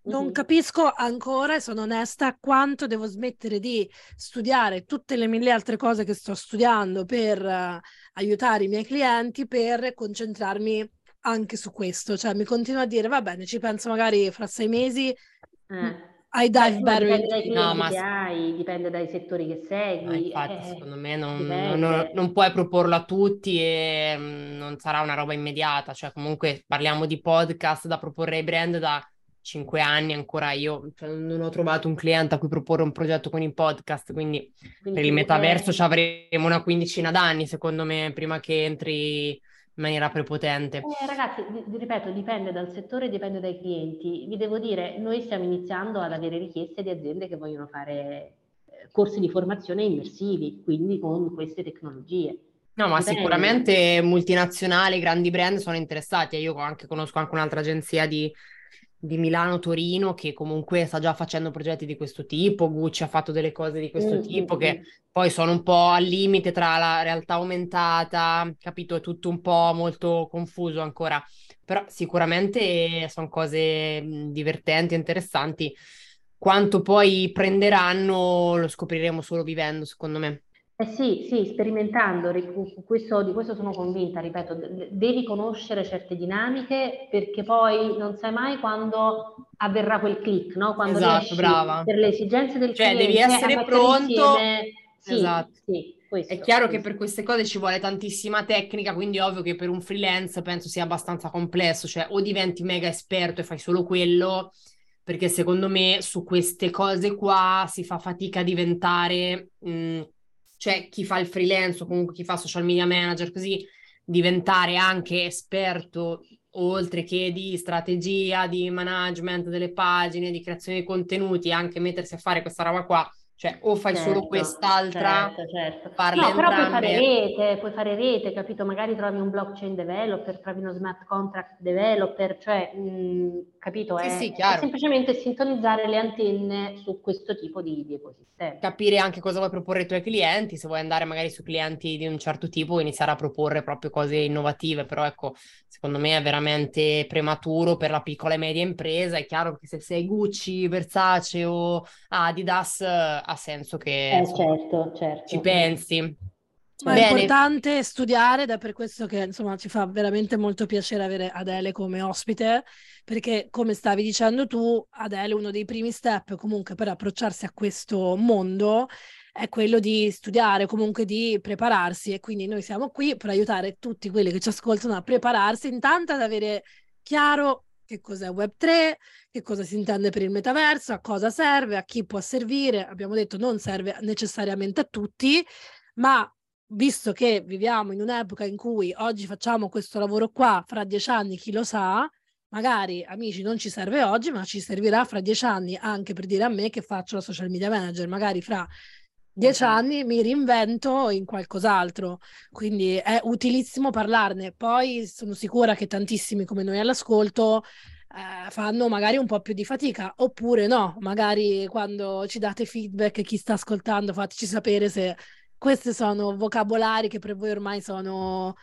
non Mhm. capisco ancora, e sono onesta, quanto devo smettere di studiare tutte le mille altre cose che sto studiando per eh, aiutare i miei clienti, per concentrarmi anche su questo. Cioè, mi continuo a dire, va bene, ci penso magari fra sei mesi, mm, Eh. I Beh, dive sì, ma better dipende into dai it. No, clienti ma che hai, dipende dai settori che no, segui, infatti, eh, secondo me non, non- dipende. non puoi proporlo a tutti e mm, non sarà una roba immediata. Cioè, comunque parliamo di podcast da proporre ai brand da cinque anni, ancora io cioè, non ho trovato un cliente a cui proporre un progetto con i podcast, quindi per Quindi il tu, metaverso eh, ci avremo una quindicina d'anni, secondo me, prima che entri in maniera prepotente. Eh, ragazzi, vi, vi ripeto, dipende dal settore, dipende dai clienti. Vi devo dire, noi stiamo iniziando ad avere richieste di aziende che vogliono fare eh, corsi di formazione immersivi, quindi con queste tecnologie. No, ma Dipende. sicuramente multinazionali, grandi brand sono interessati. Io anche, conosco anche un'altra agenzia di, di Milano, Torino, che comunque sta già facendo progetti di questo tipo. Gucci ha fatto delle cose di questo Mm, mm, tipo che mm. poi sono un po' al limite tra la realtà aumentata, capito? È tutto un po' molto confuso ancora. Però sicuramente sono cose mh, divertenti, interessanti. Quanto poi prenderanno lo scopriremo solo vivendo, secondo me. Eh sì, sì, sperimentando, ri- questo- di questo sono convinta, ripeto, de- devi conoscere certe dinamiche perché poi non sai mai quando avverrà quel click, no? Quando Esatto, riesci brava. per le esigenze del Cioè, devi cliente a essere mettere pronto. insieme, sì, Esatto. sì, È questo, chiaro che per questo. queste cose ci vuole tantissima tecnica, quindi è ovvio che per un freelance penso sia abbastanza complesso, cioè o diventi mega esperto e fai solo quello, perché secondo me su queste cose qua si fa fatica a diventare, mh, cioè chi fa il freelance o comunque chi fa social media manager, così diventare anche esperto oltre che di strategia, di management delle pagine, di creazione di contenuti, anche mettersi a fare questa roba qua, cioè o fai solo Certo, quest'altra, certo, certo. farle No, però puoi fare entrambe. rete, puoi fare rete, capito? Magari trovi un blockchain developer, trovi uno smart contract developer, cioè, mh, capito? Sì, sì, È, è chiaro. semplicemente sintonizzare le antenne su questo tipo di, di ecosistema. Capire anche cosa vuoi proporre ai tuoi clienti, se vuoi andare magari su clienti di un certo tipo, iniziare a proporre proprio cose innovative, però ecco, secondo me è veramente prematuro per la piccola e media impresa. È chiaro che se sei Gucci, Versace o Adidas, eh, ha senso che Eh, insomma certo, ci certo, pensi. Ma è certo. Bene, importante studiare ed è per questo che insomma ci fa veramente molto piacere avere Adele come ospite, perché come stavi dicendo tu, Adele, uno dei primi step comunque per approcciarsi a questo mondo è quello di studiare, comunque di prepararsi e quindi noi siamo qui per aiutare tutti quelli che ci ascoltano a prepararsi, intanto ad avere chiaro che cos'è web tre, che cosa si intende per il metaverso, a cosa serve, a chi può servire. Abbiamo detto non serve necessariamente a tutti, ma visto che viviamo in un'epoca in cui oggi facciamo questo lavoro qua, fra dieci anni chi lo sa, magari amici non ci serve oggi, ma ci servirà fra dieci anni anche per dire a me che faccio la social media manager, magari fra dieci Esatto. anni mi reinvento in qualcos'altro, quindi è utilissimo parlarne. Poi sono sicura che tantissimi come noi all'ascolto eh, fanno magari un po' più di fatica, oppure no, magari quando ci date feedback, chi sta ascoltando, fateci sapere se questi sono vocabolari che per voi ormai sono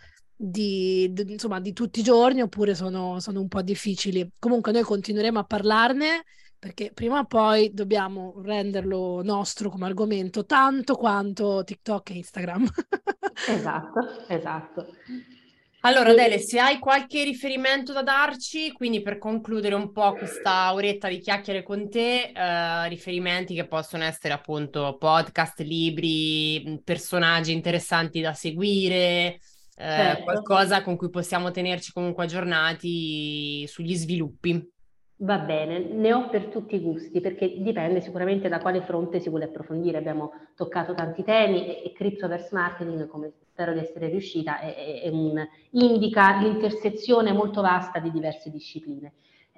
di, di- insomma, di tutti i giorni oppure sono, sono un po' difficili. Comunque noi continueremo a parlarne perché prima o poi dobbiamo renderlo nostro come argomento tanto quanto TikTok e Instagram. Esatto, esatto. allora E, Adele, se hai qualche riferimento da darci, quindi per concludere un po' questa oretta di chiacchiere con te, eh, riferimenti che possono essere appunto podcast, libri, mh, personaggi interessanti da seguire, eh, certo. qualcosa con cui possiamo tenerci comunque aggiornati sugli sviluppi. Va bene, ne ho per tutti i gusti perché dipende sicuramente da quale fronte si vuole approfondire. Abbiamo toccato tanti temi e, e Cryptoverse Marketing, come spero di essere riuscita, è, è- è un, indica l'intersezione molto vasta di diverse discipline.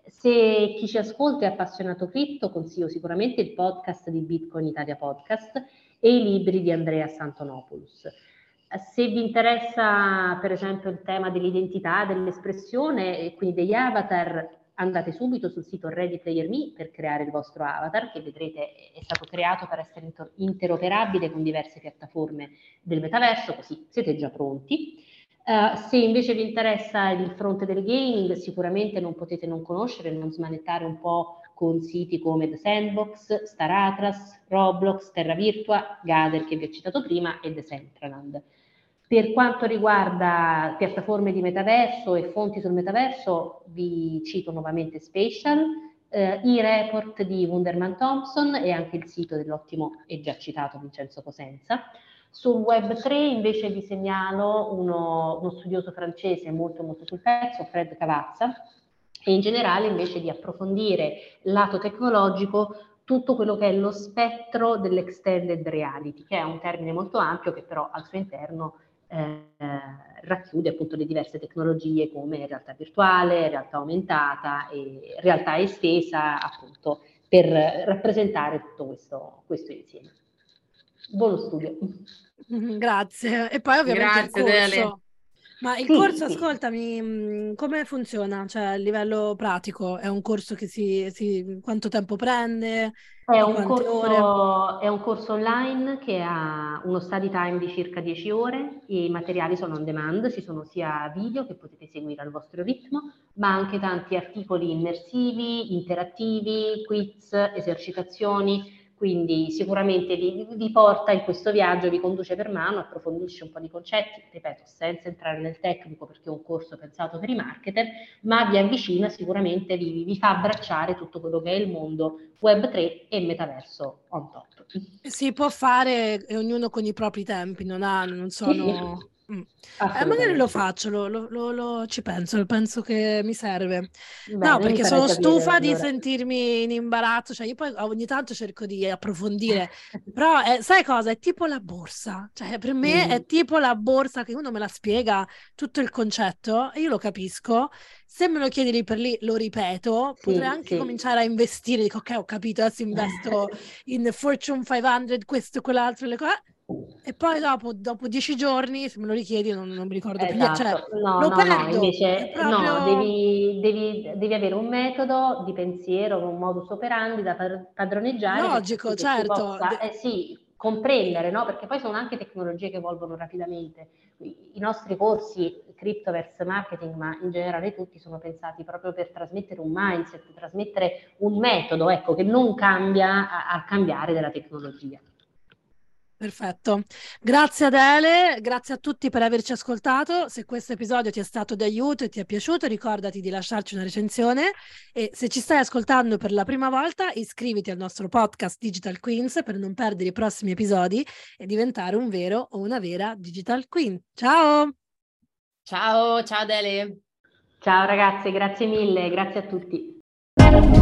Se chi ci ascolta è appassionato cripto, consiglio sicuramente il podcast di Bitcoin Italia Podcast e i libri di Andrea Santonopoulos. Se vi interessa per esempio il tema dell'identità, dell'espressione e quindi degli avatar, andate subito sul sito Ready Player Me per creare il vostro avatar, che vedrete è stato creato per essere inter- interoperabile con diverse piattaforme del metaverso, così siete già pronti. Uh, se invece vi interessa il fronte del gaming, sicuramente non potete non conoscere, non smanettare un po' con siti come The Sandbox, Star Atlas, Roblox, Terra Virtua, Gather che vi ho citato prima e Decentraland. Per quanto riguarda piattaforme di metaverso e fonti sul metaverso, vi cito nuovamente Spatial, eh, i report di Wunderman Thompson e anche il sito dell'ottimo e già citato Vincenzo Cosenza. Sul web tre invece vi segnalo uno, uno studioso francese molto molto sul pezzo, Fred Cavazza, e in generale invece di approfondire lato tecnologico tutto quello che è lo spettro dell'extended reality, che è un termine molto ampio che però al suo interno eh, racchiude appunto le diverse tecnologie come realtà virtuale, realtà aumentata e realtà estesa appunto per rappresentare tutto questo, questo insieme. Buono studio. Grazie. E poi ovviamente Grazie, il corso. Dele. Ma il Sì, corso, sì. ascoltami, come funziona? Cioè, a livello pratico, è un corso che si, si quanto tempo prende? È Di un, quante ore? corso, è un corso online che ha uno study time di circa dieci ore, i materiali sono on demand, ci sono sia video che potete seguire al vostro ritmo, ma anche tanti articoli immersivi, interattivi, quiz, esercitazioni, quindi sicuramente vi, vi porta in questo viaggio, vi conduce per mano, approfondisce un po' di concetti, ripeto, senza entrare nel tecnico perché è un corso pensato per i marketer, ma vi avvicina sicuramente, vi, vi fa abbracciare tutto quello che è il mondo web tre e metaverso on top. Si può fare e ognuno con i propri tempi, non ha, non sono... Sì, sì. Mm. Eh, magari lo Assolutamente. faccio, lo, lo- lo- lo- ci penso, penso che mi serve. No, Bene, mi perché farai sono sapere stufa di allora. sentirmi in imbarazzo, cioè io poi ogni tanto cerco di approfondire, però eh, sai cosa? È tipo la borsa, cioè per me Mm. è tipo la borsa che uno me la spiega tutto il concetto e io lo capisco. Se me lo chiedi lì per lì, lo ripeto, potrei Sì, anche sì. cominciare a investire, dico ok, ho capito, adesso investo in Fortune cinquecento, questo, quell'altro, le cose. E poi dopo, dopo dieci giorni, se me lo richiedi, non, non mi ricordo più niente. Cioè, Esatto, no, lo no, no, perdo. È invece no, proprio... devi, devi, devi avere un metodo di pensiero, un modus operandi da padroneggiare per far sì Logico, che tu certo. possa, eh sì, comprendere, no? Perché poi sono anche tecnologie che evolvono rapidamente. I nostri corsi Cryptoverse Marketing, ma in generale tutti, sono pensati proprio per trasmettere un mindset, trasmettere un metodo, ecco, che non cambia al cambiare della tecnologia. Perfetto. Grazie Adele, grazie a tutti per averci ascoltato. Se questo episodio ti è stato d'aiuto e ti è piaciuto, ricordati di lasciarci una recensione e se ci stai ascoltando per la prima volta, iscriviti al nostro podcast Digital Queens per non perdere i prossimi episodi e diventare un vero o una vera Digital Queen. Ciao! Ciao, ciao Dele. Ciao ragazze, grazie mille, grazie a tutti.